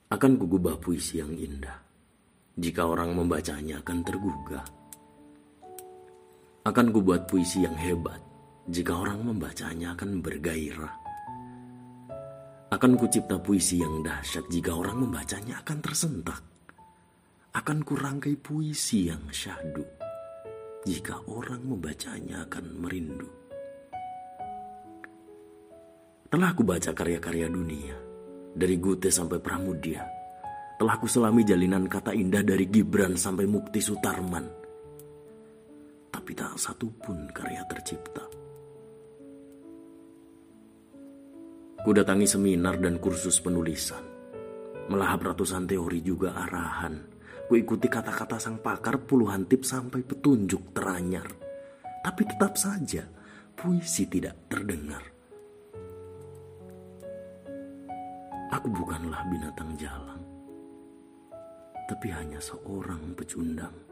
Akan kugubah puisi yang indah, jika orang membacanya akan tergugah. Akan kubuat puisi yang hebat, jika orang membacanya akan bergairah. Akan kucipta puisi yang dahsyat, jika orang membacanya akan tersentak. Akan kurangkai puisi yang syahdu, jika orang membacanya akan merindu. Telah aku baca karya-karya dunia, dari Goethe sampai Pramudia. Telah aku selami jalinan kata indah dari Gibran sampai Mukti Sutarman. Tapi tak satu pun karya tercipta. Ku datangi seminar dan kursus penulisan. Melahap ratusan teori juga arahan. Ku ikuti kata-kata sang pakar, puluhan tips sampai petunjuk teranyar. Tapi tetap saja puisi tidak terdengar. Aku bukanlah binatang jalang, tapi hanya seorang pecundang.